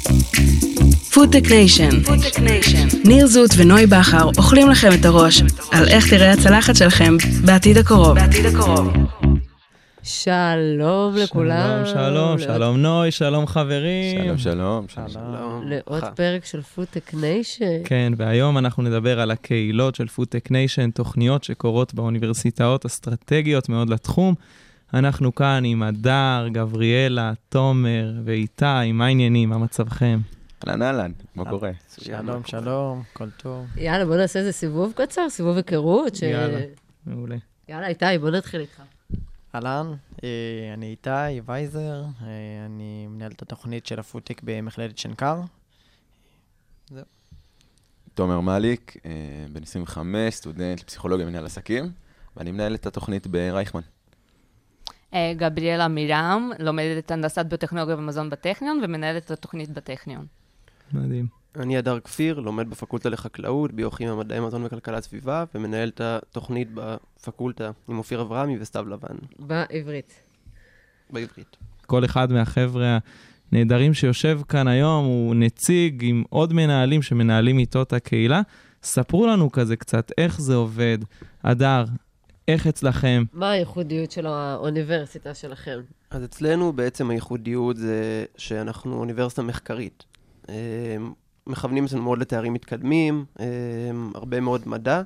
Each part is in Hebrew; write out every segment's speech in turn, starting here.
פודטק ניישן. ניר זוט ונוי בחר אוכלים לכם את הראש על איך תראה הצלחת שלכם בעתיד הקרוב. שלום לכולם. שלום נוי, שלום חברים. שלום. לעוד פרק של פודטק ניישן. כן, והיום אנחנו נדבר על הקהילות של פודטק ניישן, תוכניות שקורות באוניברסיטאות אסטרטגיות מאוד לתחום. אנחנו כאן עם הדר, גבריאלה, תומר ואיתי, מה העניינים, מה מצבכם? אהלן, מה קורה? שלום, כל טוב. יאללה, בוא נעשה איזה סיבוב קצר, סיבוב היכרות. יאללה, מעולה. יאללה, איתי, בוא נתחיל איתך. אהלן, אני איתי וייזר, אני מנהל את התוכנית של הפודטק במכללת שנקר. זהו. תומר מליק, בן 25, סטודנט לפסיכולוגיה ומנהל עסקים, ואני מנהל את התוכנית ברייכמן. גבריאלה מירם, לומדת הנדסת ביוטכנולוגיה ומזון בטכניון, ומנהלת את התוכנית בטכניון. מדהים. אני הדר כפיר, לומד בפקולטה לחקלאות, ביוכימיה, מדעי מזון וכלכלת סביבה, ומנהל את התוכנית בפקולטה עם אופיר אברהמי וסתיו לבן. בעברית. כל אחד מהחבר'ה הנהדרים שיושב כאן היום הוא נציג עם עוד מנהלים שמנהלים איתו את הקהילה. ספרו לנו כזה קצת איך זה עובד. הדר, איך אצלכם? מה הייחודיות של האוניברסיטה שלכם? אז אצלנו בעצם הייחודיות זה שאנחנו אוניברסיטה מחקרית. מכוונים אצלנו מאוד לתארים מתקדמים, הרבה מאוד מדע.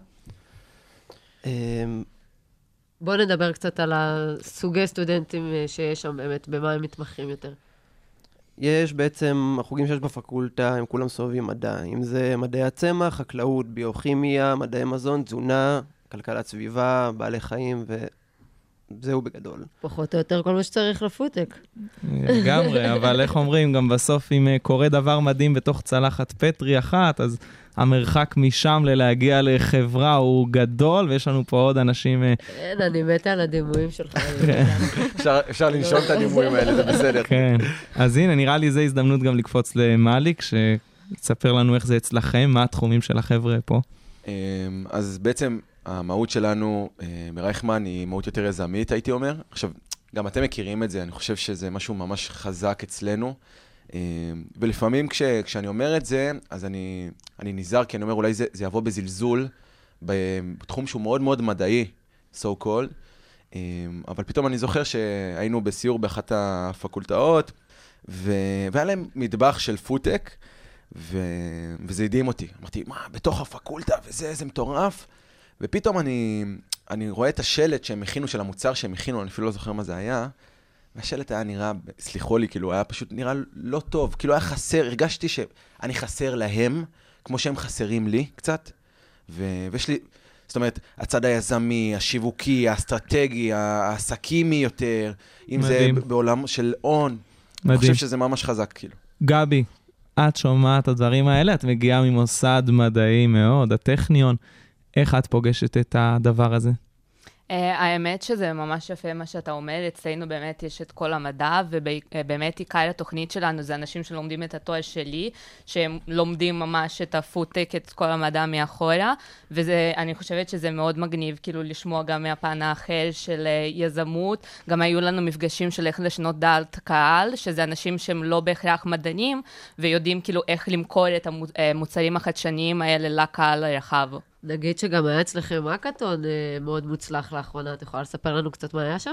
בואו נדבר קצת על הסוגי סטודנטים שיש שם באמת, במה הם מתמחים יותר. יש בעצם, החוגים שיש בפקולטה, הם כולם סובבים מדע. אם זה מדעי הצמח, חקלאות, ביוכימיה, מדעי מזון, תזונה, כלכלת סביבה, בעלי חיים, וזהו בגדול. פחות או יותר כל מה שצריך לפודטק. לגמרי, אבל איך אומרים, גם בסוף אם קורה דבר מדהים בתוך צלחת פטרי אחת, אז המרחק משם ללהגיע לחברה הוא גדול, ויש לנו פה עוד אנשים... כן, אני מתה על הדימויים שלך. אפשר לנשום את הדימויים האלה, זה בסדר. כן, אז הנה, נראה לי זו הזדמנות גם לקפוץ למליק, שתספר לנו איך זה אצלכם, מה התחומים של החבר'ה פה. אז בעצם המהות שלנו ברייכמן היא מהות יותר יזמית, הייתי אומר. עכשיו, גם אתם מכירים את זה, אני חושב שזה משהו ממש חזק אצלנו. ולפעמים כשאני אומר את זה, אז אני נזהר, כי אני אומר, אולי זה יבוא בזלזול, בתחום שהוא מאוד מאוד מדעי, so called. אבל פתאום אני זוכר שהיינו בסיור באחת הפקולטאות, והיה להם מטבח של פודטק, וזה הדהים אותי. אמרתי, מה, בתוך הפקולטה, וזה מטורף. ופתאום אני רואה את השלט שהם הכינו, של המוצר שהם הכינו, אני אפילו לא זוכר מה זה היה, והשלט היה נראה, סליחו לי, כאילו, היה פשוט נראה לא טוב, כאילו היה חסר, הרגשתי שאני חסר להם, כמו שהם חסרים לי קצת, ויש לי, זאת אומרת, הצד היזמי, השיווקי, האסטרטגי, העסקימי יותר, אם מדהים. זה בעולם של און, אני חושב שזה ממש חזק, כאילו. גבי, את שומעת את הדברים האלה, את מגיעה ממוסד מדעי מאוד, הטכניון, איך את פוגשת את הדבר הזה? האמת שזה ממש יפה מה שאתה אומר, אצלנו באמת יש את כל המדע, ובאמת עיקר התוכנית שלנו זה אנשים שלומדים את התואר שלי, שהם לומדים ממש את הפודטק, את כל המדע מאחורה, ואני חושבת שזה מאוד מגניב, כאילו לשמוע גם מהפן האחר של יזמות, גם היו לנו מפגשים של איך לשנות דעת קהל, שזה אנשים שהם לא בהכרח מדענים, ויודעים כאילו איך למכור את המוצרים החדשניים האלה לקהל הרחב. נגיד שגם היה אצלכם האקתון מאוד מוצלח לאחרונה, את יכולה לספר לנו קצת מה היה שם?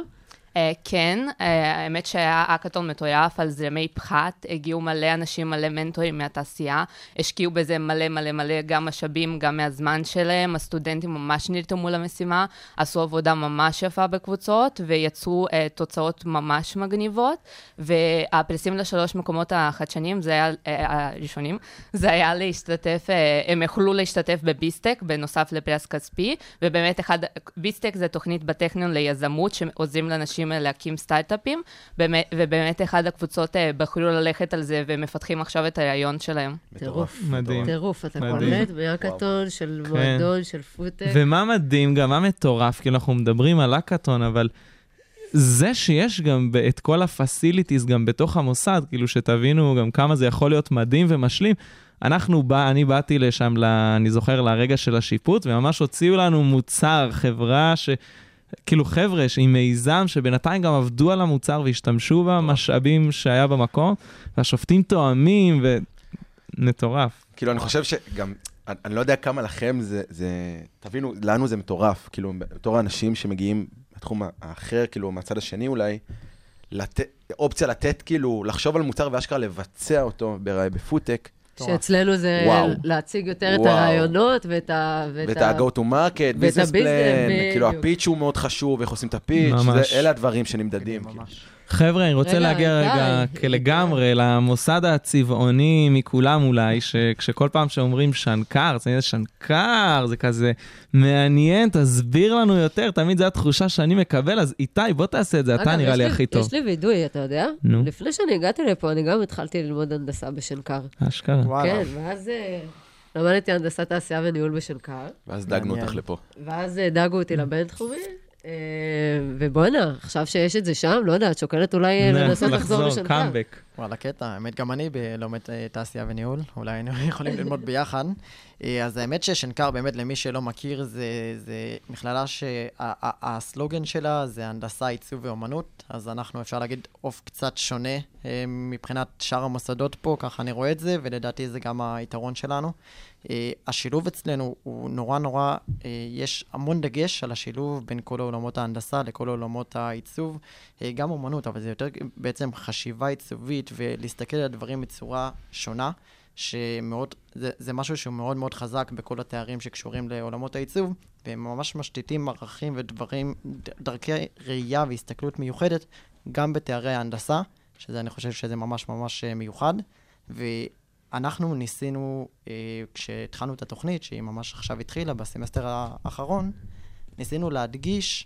כן, האמת שהיה האקתון מטורף על זרמי פחת, הגיעו מלא אנשים, מלא מנטורים מהתעשייה, השקיעו בזה מלא, גם משאבים, גם מהזמן שלהם, הסטודנטים ממש נרתמו למשימה, עשו עבודה ממש יפה בקבוצות, ויצאו תוצאות ממש מגניבות, והפרסים לשלוש מקומות החדשניים, זה היה הראשונים, זה היה להשתתף, הם יכלו להשתתף בביסטק, בנוסף לפרס כספי, ובאמת ביסטק זה תוכנית בטכניון ליזמות, שעוזרים לאנשים להקים סטארט-אפים, ובאמת אחד הקבוצות בחרו ללכת על זה, ומפתחים עכשיו את הרעיון שלהם. טירוף. מדהים. טירוף, אתה קולט בהאקתון של מועדון, של פודטק. ומה מדהים, גם מה מטורף, כי אנחנו מדברים על האקתון, אבל זה שיש גם את כל הפסיליטיז גם בתוך המוסד, כאילו שתבינו גם כמה זה יכול להיות מדהים ומשלים, אני באתי לשם, אני זוכר, לרגע של השיפוט, וממש הוציאו לנו מוצר, חברה כאילו חבר'ה עם מיזם שבינתיים גם עבדו על המוצר והשתמשו במשאבים שהיה במקום, והשופטים תואמים ונטורף. כאילו, אני חושב שגם, אני לא יודע כמה לכם תבינו, לנו זה מטורף, כאילו, בתור האנשים שמגיעים בתחום האחר, כאילו, מהצד השני אולי, אופציה לתת, כאילו, לחשוב על מוצר ואשכרה לבצע אותו בפודטק. שאצלנו זה להציג יותר את הרעיונות ואת ה-go to market, business plan, כאילו הפיץ' הוא מאוד חשוב, איך עושים את הפיץ', אלה הדברים שנמדדים. חבר'ה, אני רוצה להגיע רגע לגמרי למוסד הצבעוני מכולם אולי, שכשכל פעם שאומרים שנקר, זה שנקר, זה כזה מעניין, תסביר לנו יותר, תמיד זו התחושה שאני מקבל, אז איתי, בוא תעשה את זה, אתה נראה לי הכי טוב. יש לי וידוי, אתה יודע? לפני שאני הגעתי לפה, אני גם התחלתי ללמוד הנדסה בשנקר. אשכרה. כן, ואז למדתי הנדסת תעשייה וניהול בשנקר. ואז דאגנו אותך לפה. ואז דאגו אותי לבינתחומי. ובואנה, עכשיו שיש את זה שם, לא יודעת, שוקלת אולי לנסות לחזור בשנקר. וואלה, קטע, האמת גם אני לומד תעשייה וניהול, אולי היינו יכולים ללמוד ביחד. אז האמת ששנקר באמת למי שלא מכיר, זה מכללה שהסלוגן שלה זה הנדסה, עיצוב ואומנות, אז אנחנו אפשר להגיד אוף קצת שונה מבחינת שאר המוסדות פה, ככה אני רואה את זה, ולדעתי זה גם היתרון שלנו. השילוב אצלנו הוא נורא, יש המון דגש על השילוב בין כל עולמות ההנדסה לכל עולמות העיצוב, גם אומנות, אבל זה יותר בעצם חשיבה עיצובית ולהסתכל על הדברים בצורה שונה, שמאוד, זה משהו שהוא מאוד מאוד חזק בכל התארים שקשורים לעולמות העיצוב, והם ממש משתיתים ערכים ודברים, דרכי ראייה והסתכלות מיוחדת, גם בתארי ההנדסה, שזה אני חושב שזה ממש מיוחד, אנחנו ניסינו, כשהתחלנו את התוכנית, שהיא ממש עכשיו התחילה בסמסטר האחרון, ניסינו להדגיש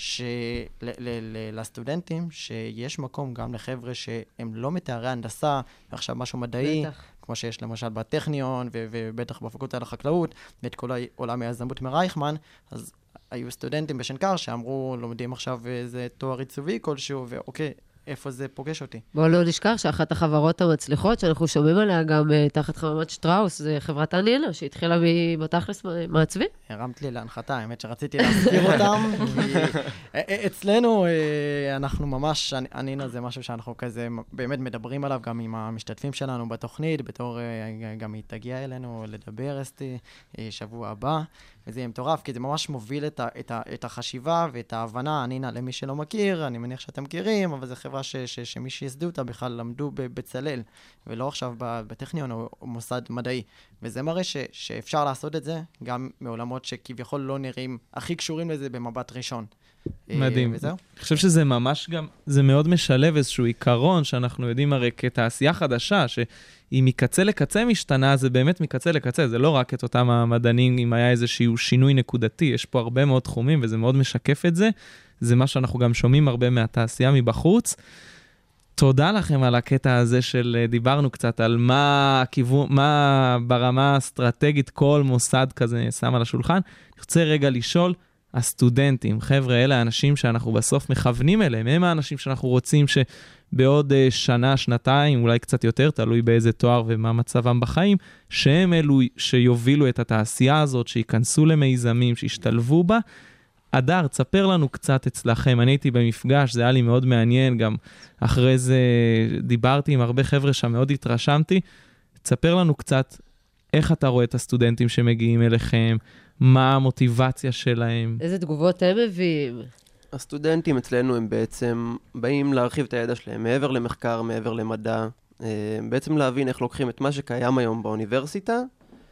לסטודנטים שיש מקום גם לחבר'ה שהם לא מתארי הנדסה, ועכשיו משהו מדעי, כמו שיש למשל בטכניון, ובטח בפקולטה לחקלאות, ואת כל העולם היזמות מרייכמן, אז היו סטודנטים בשנקר שאמרו, לומדים עכשיו איזה תואר עיצובי כלשהו, ואוקיי, איפה זה פוגש אותי. בואו לא נשכח שאחת החברות המצליחות, שאנחנו שומעים עליה גם תחת חממת שטראוס, זה חברת אנילה, שהתחילה בתכלס מעצבים. הרמת לי להנחתה, האמת שרציתי להזכיר אותם, כי אצלנו אנחנו ממש, אנילה זה משהו שאנחנו כזה באמת מדברים עליו, גם עם המשתתפים שלנו בתוכנית, בתור גם היא תגיע אלינו לדבר אסתי שבוע הבא, וזה יהיה מטורף, כי זה ממש מוביל את החשיבה ואת ההבנה. אנינה, למי שלא מכיר, אני מניח שאתם מכירים, אבל זו חברה שמי שיסדו אותה בכלל למדו בצלאל, ולא עכשיו בטכניון או מוסד מדעי. וזה מראה שאפשר לעשות את זה, גם מעולמות שכביכול לא נראים הכי קשורים לזה במבט ראשון. מדהים. וזהו? אני חושב שזה ממש גם, זה מאוד משלב איזשהו עיקרון, שאנחנו יודעים הרי כתעשייה חדשה, שהיא מקצה לקצה משתנה, זה באמת מקצה לקצה, זה לא רק את אותם המדענים, אם היה איזשהו שינוי נקודתי, יש פה הרבה מאוד תחומים, וזה מאוד משקף את זה, זה מה שאנחנו גם שומעים הרבה מהתעשייה מבחוץ. תודה לכם על הקטע הזה של דיברנו קצת על מה ברמה האסטרטגית כל מוסד כזה שם על השולחן. אני רוצה רגע לשאול, הסטודנטים, חבר'ה, אלה האנשים שאנחנו בסוף מכוונים אליהם, הם האנשים שאנחנו רוצים שבעוד שנה, שנתיים, אולי קצת יותר, תלוי באיזה תואר ומה מצבם בחיים, שהם אלו שיובילו את התעשייה הזאת, שיכנסו למיזמים, שישתלבו בה. אדר, תספר לנו קצת אצלכם, אני הייתי במפגש, זה היה לי מאוד מעניין, גם אחרי זה דיברתי עם הרבה חבר'ה שמאוד התרשמתי, תספר לנו קצת איך אתה רואה את הסטודנטים שמגיעים אליכם, מה המוטיבציה שלהם. איזה תגובות הם מביאים? הסטודנטים אצלנו הם בעצם באים להרחיב את הידע שלהם, מעבר למחקר, מעבר למדע, בעצם להבין איך לוקחים את מה שקיים היום באוניברסיטה,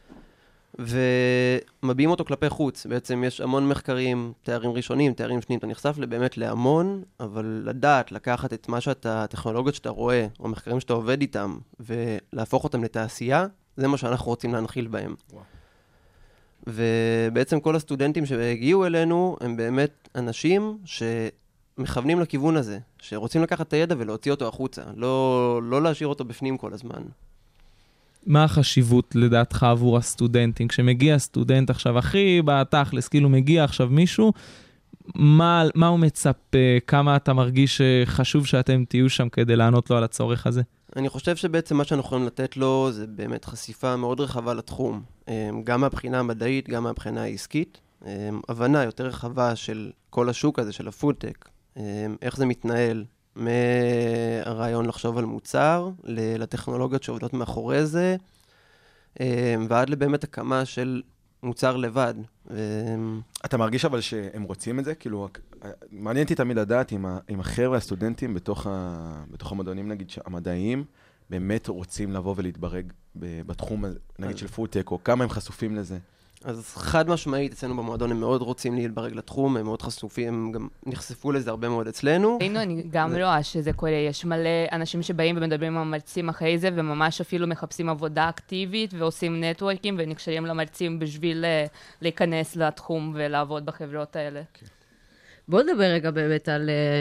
ומביאים אותו כלפי חוץ. בעצם יש המון מחקרים, תארים ראשונים, תארים שניים, אתה נחשף באמת להמון, אבל לדעת, לקחת את מה שאתה, הטכנולוגיות שאתה רואה, או מחקרים שאתה עובד איתם, ולהפוך אותם לתעשייה, זה מה שאנחנו רוצים להנחיל בהם. וואו. ובעצם כל הסטודנטים שהגיעו אלינו, הם באמת אנשים שמכוונים לכיוון הזה, שרוצים לקחת את הידע ולהוציא אותו החוצה, לא להשאיר אותו בפנים כל הזמן. מה החשיבות לדעתך עבור הסטודנטים? כשמגיע סטודנט עכשיו הכי בתכלס, כאילו מגיע עכשיו מישהו, מה הוא מצפה? כמה אתה מרגיש שחשוב שאתם תהיו שם כדי לענות לו על הצורך הזה? אני חושב שבעצם מה שאנחנו יכולים לתת לו זה באמת חשיפה מאוד רחבה לתחום. גם מהבחינה המדעית, גם מהבחינה העסקית. הבנה יותר רחבה של כל השוק הזה, של הפודטק, איך זה מתנהל, מהרעיון לחשוב על מוצר, לטכנולוגיות שעובדות מאחורי זה, ועד לבאמת הקמה של מוצר לבד. אתה מרגיש אבל שהם רוצים את זה? כאילו, מעניין אותי תמיד לדעת אם החבר'ה, הסטודנטים בתוך המדענים, נגיד, המדעיים, באמת רוצים לבוא ולהתברג בתחום, נגיד, של פודטק, או כמה הם חשופים לזה? אז חד משמעית, אצלנו במועדון הם מאוד רוצים להתברג לתחום, הם מאוד חשופים, הם גם נחשפו לזה הרבה מאוד אצלנו. אני גם רואה שזה קורה, יש מלא אנשים שבאים ומדברים עם המרצים אחרי זה, וממש אפילו מחפשים עבודה אקטיבית, ועושים נטוורקים, ונקשרים למרצים בשביל להיכנס לתחום ולעבוד בחברות האלה. בואו נדבר רגע באמת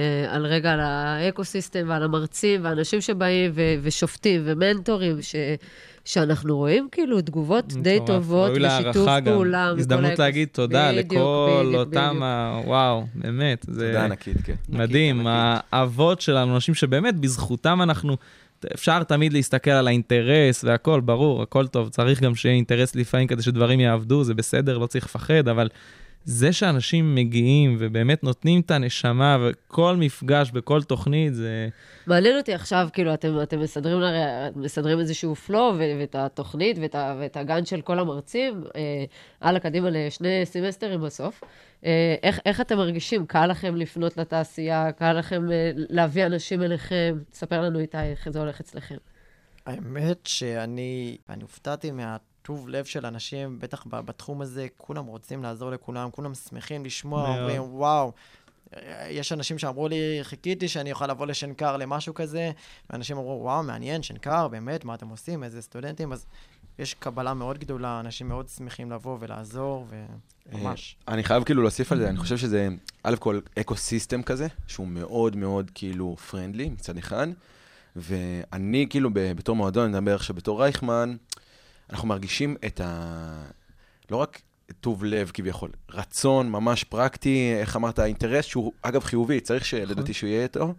על האקוסיסטם ועל המרצים, והאנשים שבאים ושופטים ומנטורים, שאנחנו רואים כאילו תגובות די טובות ושיתוף פעולה. הזדמנות להגיד תודה לכל אותם, וואו, באמת. תודה ענקית, כן. מדהים, האבות שלנו, אנשים שבאמת בזכותם אנחנו, אפשר תמיד להסתכל על האינטרס והכל, ברור, הכל טוב, צריך גם שיהיה אינטרס לפעמים כדי שדברים יעבדו, זה בסדר, לא צריך לפחד, אבל זה שאנשים מגיעים ובאמת נותנים את הנשמה וכל מפגש בכל תוכנית זה... מעניין אותי עכשיו, כאילו, אתם מסדרים איזשהו פלו ואת התוכנית ואת הגן של כל המרצים, הלאה קדימה לשני סמסטרים בסוף. איך אתם מרגישים? קל לכם לפנות לתעשייה? קל לכם להביא אנשים אליכם? תספר לנו איתי איך זה הולך אצלכם. האמת שאני הופתעתי טוב לב של אנשים, בטח בתחום הזה, כולם רוצים לעזור לכולם, כולם שמחים לשמוע, אומרים, וואו, יש אנשים שאמרו לי, חיכיתי שאני אוכל לבוא לשנקר למשהו כזה, ואנשים אמרו, וואו, מעניין, שנקר, באמת, מה אתם עושים, איזה סטודנטים, אז יש קבלה מאוד גדולה, אנשים מאוד שמחים לבוא ולעזור, וממש. אני חייב כאילו להוסיף על זה, אני חושב שזה, א' כל, אקוסיסטם כזה, שהוא מאוד מאוד כאילו פרנדלי, מצד אחד, ואני כאילו בתור מועדון, אני מדבר שבתור רייכמן, אנחנו מרגישים את לא רק טוב לב כביכול, רצון ממש פרקטי, איך אמרת, האינטרס שהוא אגב חיובי, צריך שלדעתי שהוא יהיה איתו,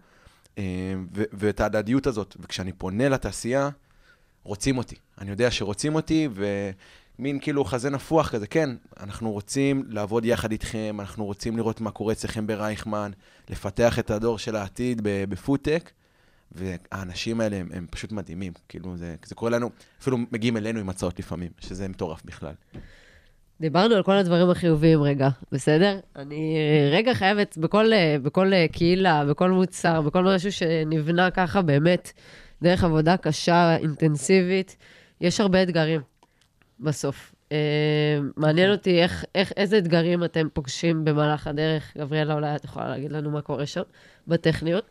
ואת ההדדיות הזאת, וכשאני פונה לתעשייה, רוצים אותי. אני יודע שרוצים אותי, ומין כאילו חזה נפוח כזה, כן, אנחנו רוצים לעבוד יחד איתכם, אנחנו רוצים לראות מה קורה אצלכם ברייכמן, לפתח את הדור של העתיד בפודטק, והאנשים האלה הם פשוט מדהימים, כאילו זה קורה לנו, אפילו מגיעים אלינו עם הצעות לפעמים, שזה מטורף בכלל. דיברנו על כל הדברים החיוביים רגע, בסדר? אני רגע חייבת בכל קהילה, בכל מוצר, בכל משהו שנבנה ככה באמת, דרך עבודה קשה, אינטנסיבית, יש הרבה אתגרים בסוף. מעניין אותי איזה אתגרים אתם פוגשים במהלך הדרך. גבריאלה, אולי את יכולה להגיד לנו מה קורה שם בטכניות?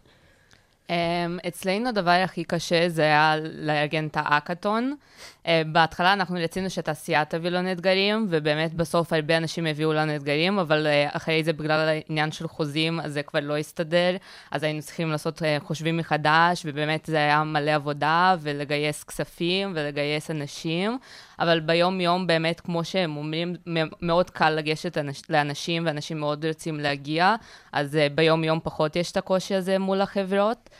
אצלנו הדבר הכי קשה זה היה לארגן את האקתון. בהתחלה אנחנו רצינו שהתעשייה תביא לנו אתגרים, ובאמת בסוף הרבה אנשים הביאו לנו אתגרים, אבל אחרי זה בגלל העניין של חוזים, אז זה כבר לא הסתדר, אז היינו צריכים לעשות חושבים מחדש, ובאמת זה היה מלא עבודה, ולגייס כספים, ולגייס אנשים, אבל ביום יום באמת, כמו שהם אומרים, מאוד קל לגשת לאנשים, ואנשים מאוד רוצים להגיע, אז ביום יום פחות יש את הקושי הזה מול החברות,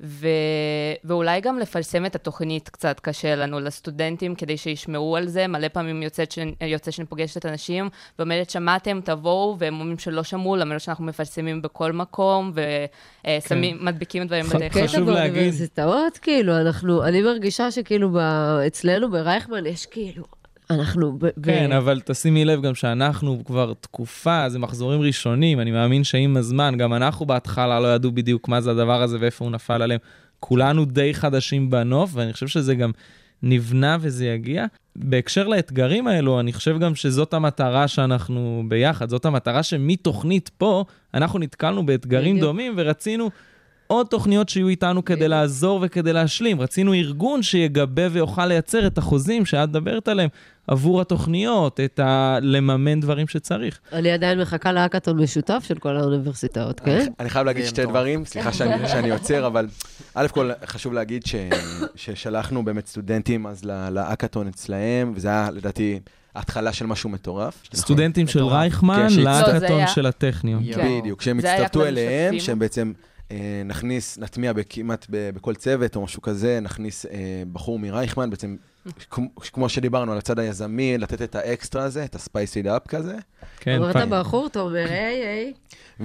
ואולי גם לפרסם את התוכנית קצת קשה לנו לסטודנטים, כדי שישמעו על זה. מלא פעמים יוצא שאני פוגשת את אנשים, ואומרת, שמעתם, תבואו, והם אומרים שלא שמעו, למרות שאנחנו מפרסמים בכל מקום, ומדביקים דברים בדרך. חשוב להגיד. באוניברסיטאות, כאילו, אני מרגישה שכאילו אצלנו ברייכמן יש כאילו, אנחנו... כן, אבל תשימי לב גם שאנחנו כבר תקופה, זה מחזורים ראשונים, אני מאמין שעם הזמן, גם אנחנו בהתחלה לא ידעו בדיוק מה זה הדבר הזה ואיפה הוא נפל עליהם. כולנו די חדשים בנוף, ואני חושב שזה גם נבנה וזה יגיע. בהקשר לאתגרים האלו, אני חושב גם שזאת המטרה שאנחנו ביחד, זאת המטרה שמתוכנית פה, אנחנו נתקלנו באתגרים דומים ורצינו... עוד תוכניות שיהיו איתנו כדי לעזור וכדי להשלים. רצינו ארגון שיגבה ויוכל לייצר את החוזים שאת מדברת עליהם עבור התוכניות, לממן דברים שצריך. אני עדיין מחכה להאקתון משותף של כל האוניברסיטאות, כן? אני חייב להגיד שתי דברים, סליחה שאני יוצר, אבל א' כל חשוב להגיד ששלחנו באמת סטודנטים אז להאקתון אצלהם, וזה היה לדעתי ההתחלה של משהו מטורף. סטודנטים של רייכמן להאקתון של הטכניון. בדיוק, שהם הצטרפו אליהם, שהם בעצם... נטמיע כמעט בכל צוות או משהו כזה, נכניס בחור מרייכמן, בעצם כמו שדיברנו על הצד היזמי, לתת את האקסטרה הזה, את הספייסיד אפ כזה. אבל אתה בחור, אתה אומר, היי.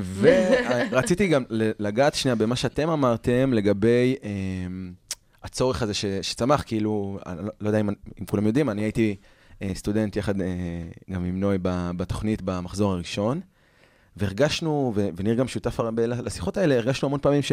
ורציתי גם לגעת שנייה במה שאתם אמרתם לגבי הצורך הזה שצמח, כאילו, לא יודע אם כולם יודעים, אני הייתי סטודנט יחד גם עם נוי בתוכנית במחזור הראשון, והרגשנו, ונראה גם שותף הרבה לשיחות האלה, הרגשנו המון פעמים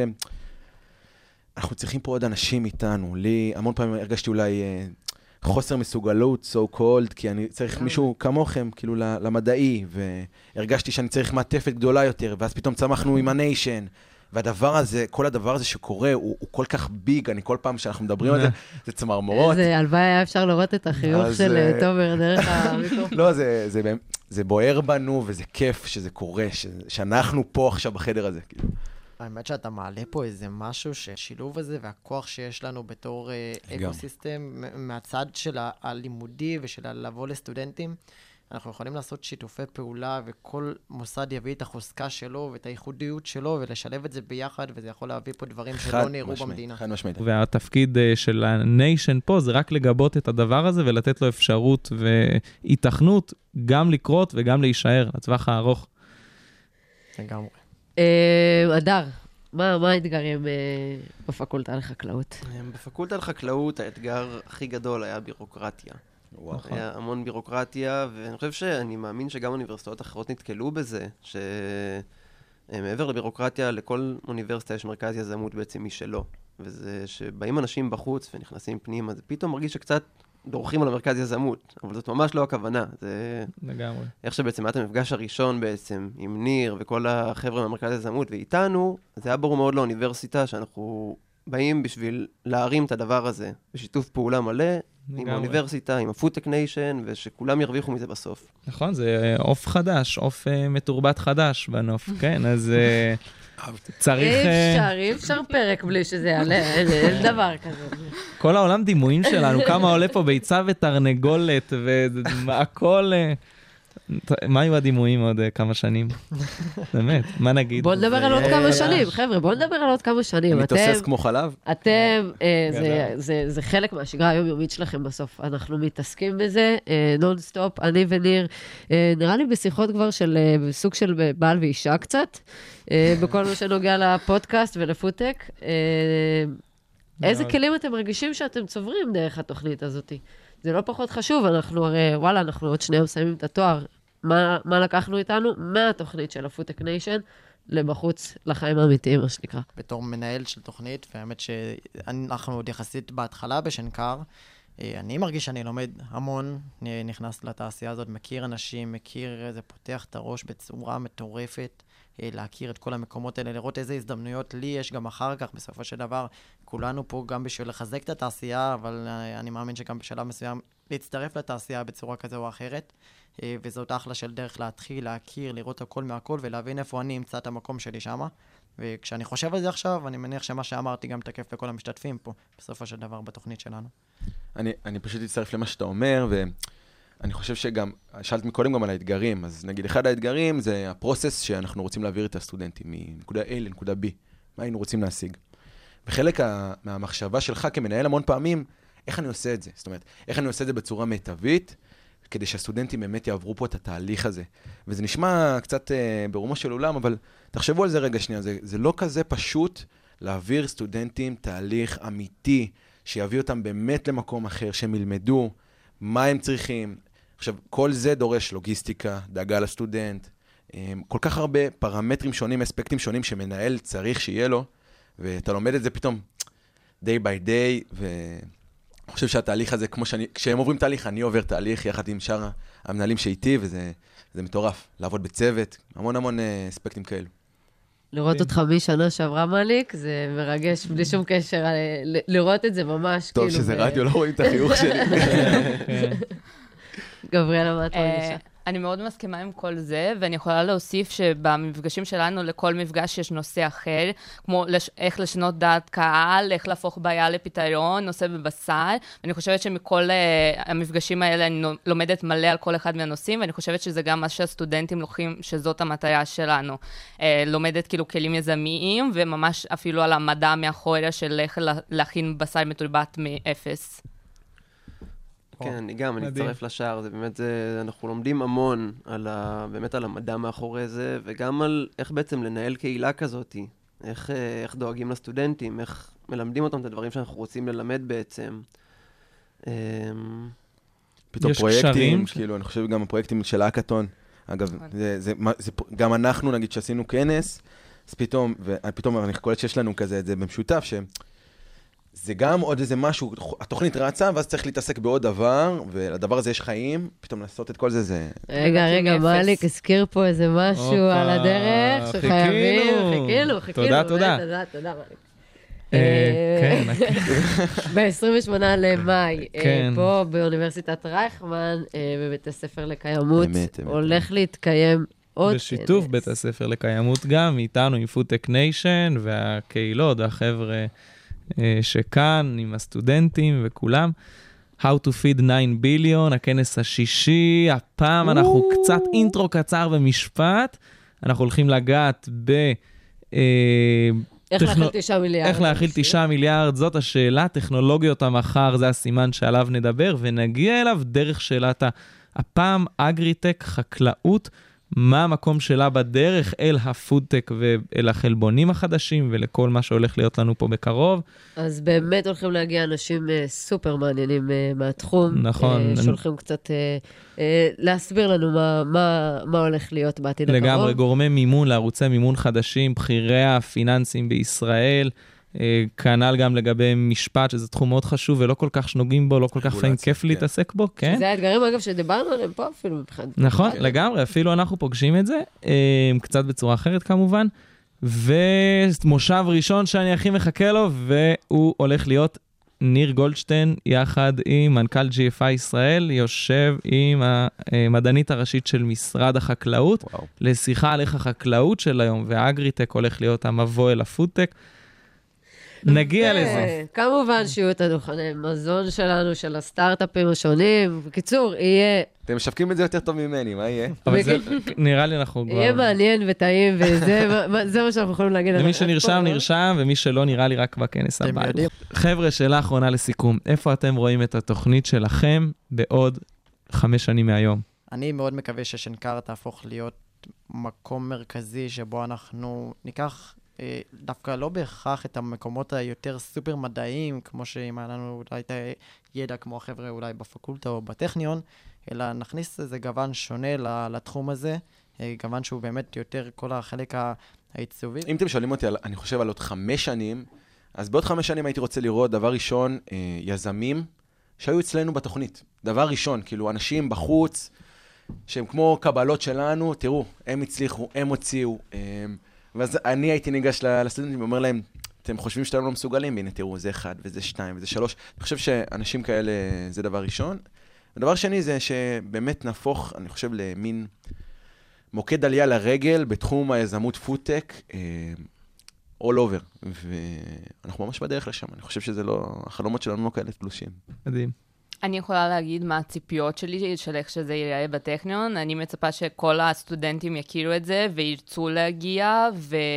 שאנחנו צריכים פה עוד אנשים איתנו. לי המון פעמים הרגשתי אולי חוסר מסוגלות, so called, כי אני צריך מישהו כמוכם, כאילו למדעי, והרגשתי שאני צריך מעטפת גדולה יותר, ואז פתאום צמחנו עם הניישן, והדבר הזה, כל הדבר הזה שקורה, הוא כל כך ביג, אני כל פעם שאנחנו מדברים על זה, זה צמרמורות. זה הלוואי היה אפשר לראות את החיוך של תומר דרך המיקרופון. לא, זה בוער בנו, וזה כיף שזה קורה, שאנחנו פה עכשיו בחדר הזה, כאילו. האמת שאתה מעלה פה איזה משהו ששילוב הזה והכוח שיש לנו בתור אקוסיסטם מהצד של הלימודי ושל לבוא לסטודנטים, אנחנו יכולים לעשות שיתופי פעולה וכל מוסד יביא את החוזקה שלו ואת הייחודיות שלו ולשלב את זה ביחד, וזה יכול להביא פה דברים שלא נראו במדינה. חד משמעית. והתפקיד של הניישן פה זה רק לגבות את הדבר הזה ולתת לו אפשרות והתכנות גם לקרות וגם להישאר לטווח הארוך. לגמרי. אדר, מה האתגרים בפקולטה לחקלאות? בפקולטה לחקלאות האתגר הכי גדול היה בירוקרטיה. היה המון בירוקרטיה, ואני חושב שאני מאמין שגם אוניברסיטאות אחרות נתקלו בזה, שמעבר לבירוקרטיה, לכל אוניברסיטה יש מרכז יזמות בעצם משלו. וזה שבאים אנשים בחוץ ונכנסים פנימה, אז פתאום מרגיש שקצת דורכים על המרכז יזמות, אבל זאת ממש לא הכוונה. זה לגמרי. איך שבעצם היה את המפגש הראשון בעצם עם ניר וכל החבר'ה מהמרכז יזמות ואיתנו, זה היה ברור מאוד לאוניברסיטה שאנחנו באים בשביל להרים את הדבר הזה בשיתוף פעולה מלא, עם האוניברסיטה, עם הפודטק ניישן, ושכולם ירוויחו מזה בסוף. נכון, זה עוף חדש, עוף מתורבת חדש בנוף, כן, אז צריך... אי אפשר פרק בלי שזה יעלה, אין דבר כזה. כל העולם דימויים שלנו, כמה עולה פה ביצה ותרנגולת, והכל... מה היו הדימויים עוד כמה שנים? באמת, מה נגיד? בוא נדבר על עוד כמה שנים, חבר'ה, בוא נדבר על עוד כמה שנים. אני תוסס כמו חלב? אתם, זה חלק מהשגרה היומיומית שלכם בסוף. אנחנו מתעסקים בזה, נונסטופ, אני וניר, נראה לי בשיחות כבר של סוג של בעל ואישה קצת, בכל מה שנוגע לפודקאסט ולפודטק. איזה כלים אתם מרגישים שאתם צוברים דרך התוכנית הזאת? זה לא פחות חשוב, אנחנו הרי, וואלה, אנחנו עוד שנייה מסיימים את התואר. מה לקחנו איתנו? מהתוכנית של הפודטק ניישן לבחוץ לחיים האמיתיים, מה שנקרא. בתור מנהל של תוכנית, והאמת שאנחנו עוד יחסית בהתחלה בשנקר, אני מרגיש שאני לומד המון, נכנס לתעשייה הזאת, מכיר אנשים, זה פותח את הראש בצורה מטורפת, להכיר את כל המקומות האלה, לראות איזה הזדמנויות לי יש גם אחר כך, בסופו של דבר, כולנו פה גם בשביל לחזק את התעשייה, אבל אני מאמין שגם בשלב מסוים להצטרף לתעשייה בצורה כזו או אחרת, וזאת אחלה של דרך להתחיל, להכיר, לראות הכל מהכל, ולהבין איפה אני אמצא את המקום שלי שמה. וכשאני חושב על זה עכשיו, אני מניח שמה שאמרתי גם תקף לכל המשתתפים פה, בסופו של דבר בתוכנית שלנו. אני פשוט אצטרף למה שאתה אומר, ואני חושב שגם, שאלת מקודם גם על האתגרים, אז נגיד אחד האתגרים זה הפרוסס שאנחנו רוצים להעביר את הסטודנטים, מנקודה A לנקודה B, מה היינו רוצים להשיג. וחלק מהמחשבה שלך כמנהל המון פעמים, איך אני עושה את זה? זאת אומרת, איך אני עושה את זה בצורה מיטבית, כדי שהסטודנטים באמת יעברו פה את התהליך הזה. וזה נשמע קצת ברומו של עולם, אבל תחשבו על זה רגע שנייה, זה לא כזה פשוט להעביר סטודנטים תהליך אמיתי, שיביא אותם באמת למקום אחר, שהם ילמדו מה הם צריכים. עכשיו, כל זה דורש לוגיסטיקה, דאגה לסטודנט, כל כך הרבה פרמטרים שונים, אספקטים שונים שמנהל צריך שיהיה לו, ואתה לומד את זה פתאום day by day, ואני חושב שהתהליך הזה, כשהם עוברים תהליך, אני עובר תהליך יחד עם שאר המנהלים שאיתי, וזה מטורף, לעבוד בצוות, המון אספקטים כאלו. לראות אותך משנה שעברה מליק, זה מרגש בלי שום קשר, לראות את זה ממש טוב שזה רדיו, לא רואים את החיוך שלי. גבריאלה, מה את מרגישה? אני מאוד מסכימה עם כל זה, ואני יכולה להוסיף שבמפגשים שלנו לכל מפגש יש נושא אחר, כמו איך לשנות דעת קהל, איך להפוך בעיה לפתרון, נושא בבשר, ואני חושבת שמכל המפגשים האלה אני לומדת מלא על כל אחד מהנושאים, ואני חושבת שזה גם מה שהסטודנטים לוקחים, שזאת המטרה שלנו. לומדת כאילו כלים יזמיים, וממש אפילו על המדע מאחוריה של איך להכין בשר מתורבת מאפס. כן, אני אצטרף לשער, זה באמת, אנחנו לומדים המון באמת על המדע מאחורי זה, וגם על איך בעצם לנהל קהילה כזאת, איך דואגים לסטודנטים, איך מלמדים אותם את הדברים שאנחנו רוצים ללמד בעצם. פתאום פרויקטים, כאילו, אני חושב גם הפרויקטים של האקתון, אגב, גם אנחנו, נגיד, שעשינו כנס, אז פתאום אני קולט שיש לנו כזה את זה במשותף, זה גם עוד איזה משהו, התוכנית רצה, ואז צריך להתעסק בעוד דבר, ולדבר הזה יש חיים, פתאום לעשות את כל זה, זה... רגע, מאליק הזכיר פה איזה משהו על הדרך, שחייבים, חיכינו. תודה. תודה, מאליק. ב-28 למאי, פה באוניברסיטת רייכמן, בבית הספר לקיימות, הולך להתקיים עוד... בשיתוף בית הספר לקיימות גם, איתנו עם פודטק ניישן, והקהילות, והחבר'ה... שכאן עם הסטודנטים וכולם. How to feed 9 billion, הכנס השישי, הפעם אנחנו קצת אינטרו קצר במשפט, אנחנו הולכים לגעת איך להכיל 9 מיליארד. איך להכיל 9 מיליארד, זאת השאלה, טכנולוגיות המחר, זה הסימן שעליו נדבר, ונגיע אליו דרך שאלת הפעם אגריטק, חקלאות, מה המקום שלה בדרך אל הפודטק ואל החלבונים החדשים ולכל מה שהולך להיות לנו פה בקרוב. אז באמת הולכים להגיע אנשים סופר מעניינים מהתחום. נכון. שהולכים קצת להסביר לנו מה הולך להיות בעתיד הקרוב. לגמרי, גורמי מימון לערוצי מימון חדשים, בחירי הפיננסים בישראל, כנ"ל גם לגבי משפט, שזה תחום מאוד חשוב ולא כל כך שנוגעים בו, לא כל כך פעמים כיף להתעסק בו, כן? זה האתגרים, אגב, שדיברנו עליהם פה אפילו מבחינת. נכון, לגמרי, אפילו אנחנו פוגשים את זה, קצת בצורה אחרת כמובן, ומושב ראשון שאני הכי מחכה לו, והוא הולך להיות ניר גולדשטיין, יחד עם מנכ"ל GFI ישראל, יושב עם המדענית הראשית של משרד החקלאות, לשיחה על איך החקלאות של היום, והאגריטק הולך להיות המבוא אל הפודטק, נגיע לזה. כמובן שיהיו את הדוכני מזון שלנו, של הסטארט-אפים השונים. בקיצור, יהיה... אתם משווקים את זה יותר טוב ממני, מה יהיה? אבל זה, נראה לי אנחנו כבר... יהיה מעניין וטעים, וזה מה שאנחנו יכולים להגיד. ומי שנרשם, נרשם, ומי שלא נראה לי רק בכנס הבא. חבר'ה, שאלה אחרונה לסיכום. איפה אתם רואים את התוכנית שלכם בעוד 5 שנים מהיום? אני מאוד מקווה ששנקר תהפוך להיות מקום מרכזי שבו אנחנו ניקח... דווקא לא בהכרח את המקומות היותר סופר מדעיים, כמו שאם היה לנו אולי את הידע כמו החבר'ה אולי בפקולטה או בטכניון, אלא נכניס איזה גוון שונה לתחום הזה, גוון שהוא באמת יותר כל החלק העיצובי. אם אתם שואלים אותי, אני חושב על עוד 5 שנים, אז בעוד 5 שנים הייתי רוצה לראות דבר ראשון, יזמים שהיו אצלנו בתוכנית. דבר ראשון, כאילו אנשים בחוץ, שהם כמו קבלות שלנו, תראו, הם הצליחו, הם הוציאו, ואז אני הייתי ניגש לסטודנטים ואומר להם, אתם חושבים שאתם לא מסוגלים? הנה, תראו, זה 1 וזה 2 וזה 3. אני חושב שאנשים כאלה זה דבר ראשון. ודבר שני זה שבאמת נהפוך, אני חושב, למין מוקד עלייה לרגל בתחום היזמות פודטק, all over. ואנחנו ממש בדרך לשם. אני חושב שזה לא, החלומות שלנו לא כאלה תלושים. מדהים. אני יכולה להגיד מה הציפיות שלי, של איך שזה ייראה בטכניון. אני מצפה שכל הסטודנטים יכירו את זה וירצו להגיע,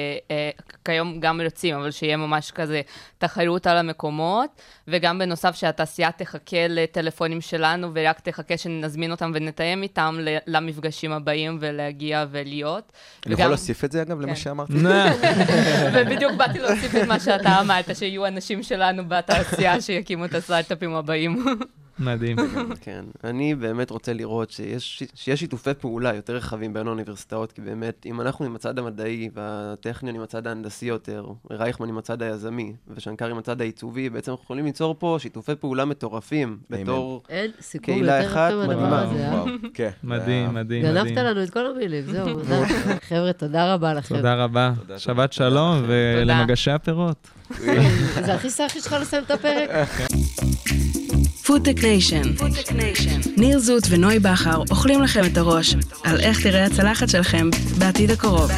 וכיום גם רוצים, אבל שיהיה ממש כזה תחרות על המקומות, וגם בנוסף שהתעשייה תחכה לטלפונים שלנו, ורק תחכה שנזמין אותם ונתאם איתם למפגשים הבאים ולהגיע ולהיות. אני יכול להוסיף את זה אגב למה שאמרתי? ובדיוק באתי להוסיף את מה שאתה אמרת, שיהיו אנשים שלנו בתעשייה שיקימו את הסטארט-אפים הבאים. מדהים. כן, אני באמת רוצה לראות שיש שיתופי פעולה יותר רחבים בין האוניברסיטאות, כי באמת, אם אנחנו עם הצד המדעי, והטכניון עם הצד ההנדסי יותר, רייכמן עם הצד היזמי, ושנקר עם הצד העיצובי, בעצם אנחנו יכולים ליצור פה שיתופי פעולה מטורפים, בתור קהילה אחת מדהימה. מדהים, מדהים. גנבת לנו את כל המילים, זהו. חבר'ה, תודה רבה לכם. תודה רבה. שבת שלום, ולמגשי הפירות. זה הכי סחי שלך לסיים את הפרק. פודטק ניישן. ניר זוט ונוי בכר אוכלים לכם את הראש על איך תראה הצלחת שלכם בעתיד הקרוב.